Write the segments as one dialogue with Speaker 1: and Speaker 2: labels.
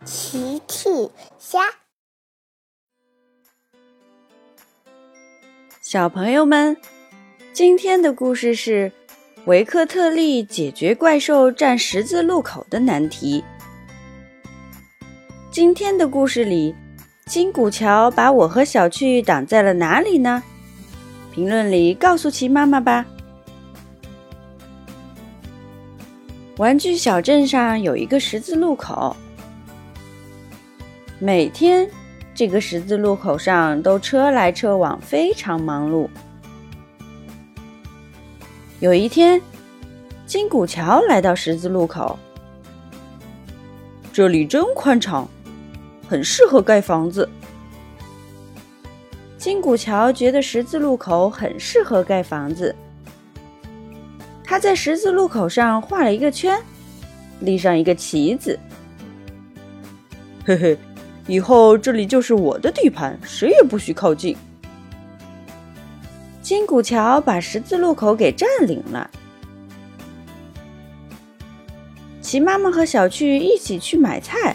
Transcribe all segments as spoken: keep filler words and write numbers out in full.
Speaker 1: 奇趣虾。
Speaker 2: 小朋友们，今天的故事是维克特利解决怪兽站十字路口的难题。今天的故事里，金古桥把我和小趣挡在了哪里呢？评论里告诉奇妈妈吧。玩具小镇上有一个十字路口，每天这个十字路口上都车来车往，非常忙碌。有一天，金古桥来到十字路口，这里真宽敞，很适合盖房子。金古桥觉得十字路口很适合盖房子，他在十字路口上画了一个圈，立上一个旗子。
Speaker 3: 嘿嘿，以后这里就是我的地盘，谁也不许靠近。
Speaker 2: 金古桥把十字路口给占领了。奇妈妈和小趣一起去买菜，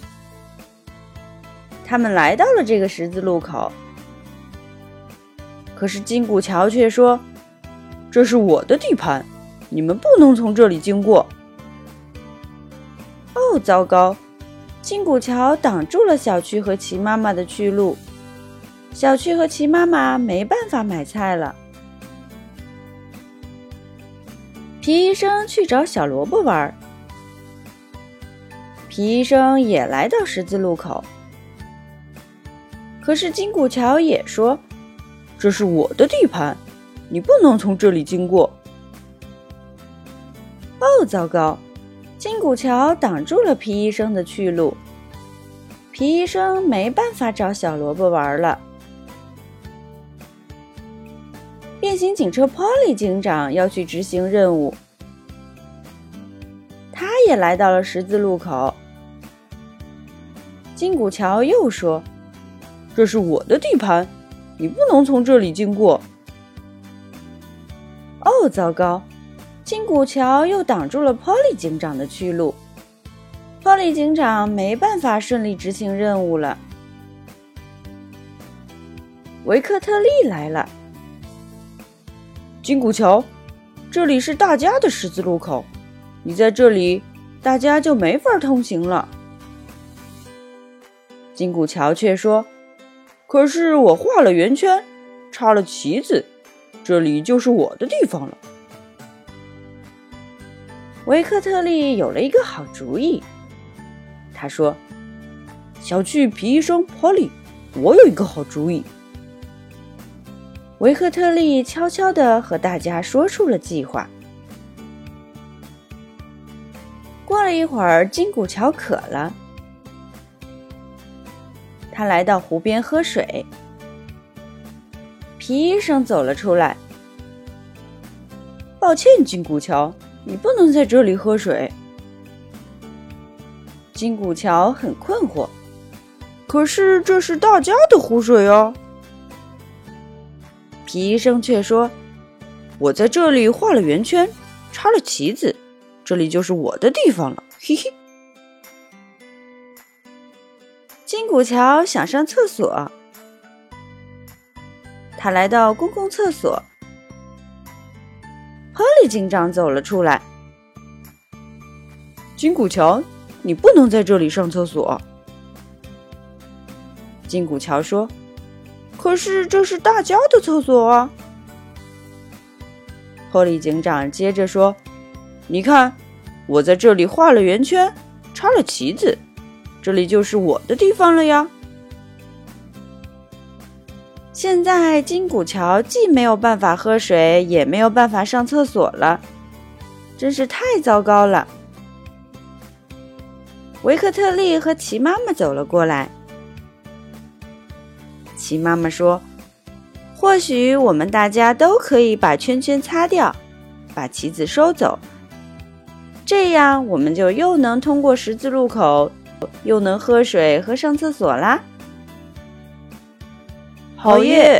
Speaker 2: 他们来到了这个十字路口，可是金古桥却说：“
Speaker 3: 这是我的地盘，你们不能从这里经过。”
Speaker 2: 哦，糟糕！金古桥挡住了小趣和奇妈妈的去路，小趣和奇妈妈没办法买菜了。皮医生去找小萝卜玩，皮医生也来到十字路口，可是金古桥也说：“
Speaker 3: 这是我的地盘，你不能从这里经过。”
Speaker 2: 哦，糟糕！金古桥挡住了皮医生的去路，皮医生没办法找小萝卜玩了。变形警车 Polly 警长要去执行任务，他也来到了十字路口。金古桥又说：“
Speaker 3: 这是我的地盘，你不能从这里经过。”
Speaker 2: 哦，糟糕！金古桥又挡住了 Polly 警长的去路 ，Polly 警长没办法顺利执行任务了。维克特利来了。
Speaker 3: 金古桥，这里是大家的十字路口，你在这里，大家就没法通行了。
Speaker 2: 金古桥却说：“
Speaker 3: 可是我画了圆圈，插了旗子，这里就是我的地方了。”
Speaker 2: 维克特利有了一个好主意，他说：“
Speaker 3: 小趣、皮医生、Polly，我有一个好主意。”
Speaker 2: 维克特利悄悄地和大家说出了计划。过了一会儿，金古桥渴了，他来到湖边喝水。皮医生走了出来：“
Speaker 3: 抱歉，金古桥，你不能在这里喝水。”
Speaker 2: 金古桥很困惑：“
Speaker 3: 可是这是大家的湖水啊。”
Speaker 2: 皮医生却说：“
Speaker 3: 我在这里画了圆圈，插了旗子，这里就是我的地方了，嘿嘿。”
Speaker 2: 金古桥想上厕所，他来到公共厕所。Polly 警长走了出来：“
Speaker 3: 金古桥，你不能在这里上厕所。”
Speaker 2: 金古桥说：“
Speaker 3: 可是这是大家的厕所啊。”
Speaker 2: Polly 警长接着说：“
Speaker 3: 你看，我在这里画了圆圈，插了旗子，这里就是我的地方了呀。”
Speaker 2: 现在金古桥既没有办法喝水，也没有办法上厕所了，真是太糟糕了。维克特利和奇妈妈走了过来。奇妈妈说：“或许我们大家都可以把圈圈擦掉，把旗子收走，这样我们就又能通过十字路口，又能喝水和上厕所啦。”
Speaker 3: 好耶！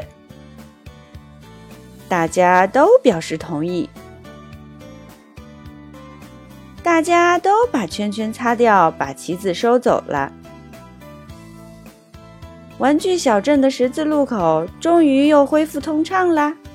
Speaker 2: 大家都表示同意。大大家都把圈圈擦掉，把旗子收走了。玩具小镇的十字路口终于又恢复通畅啦！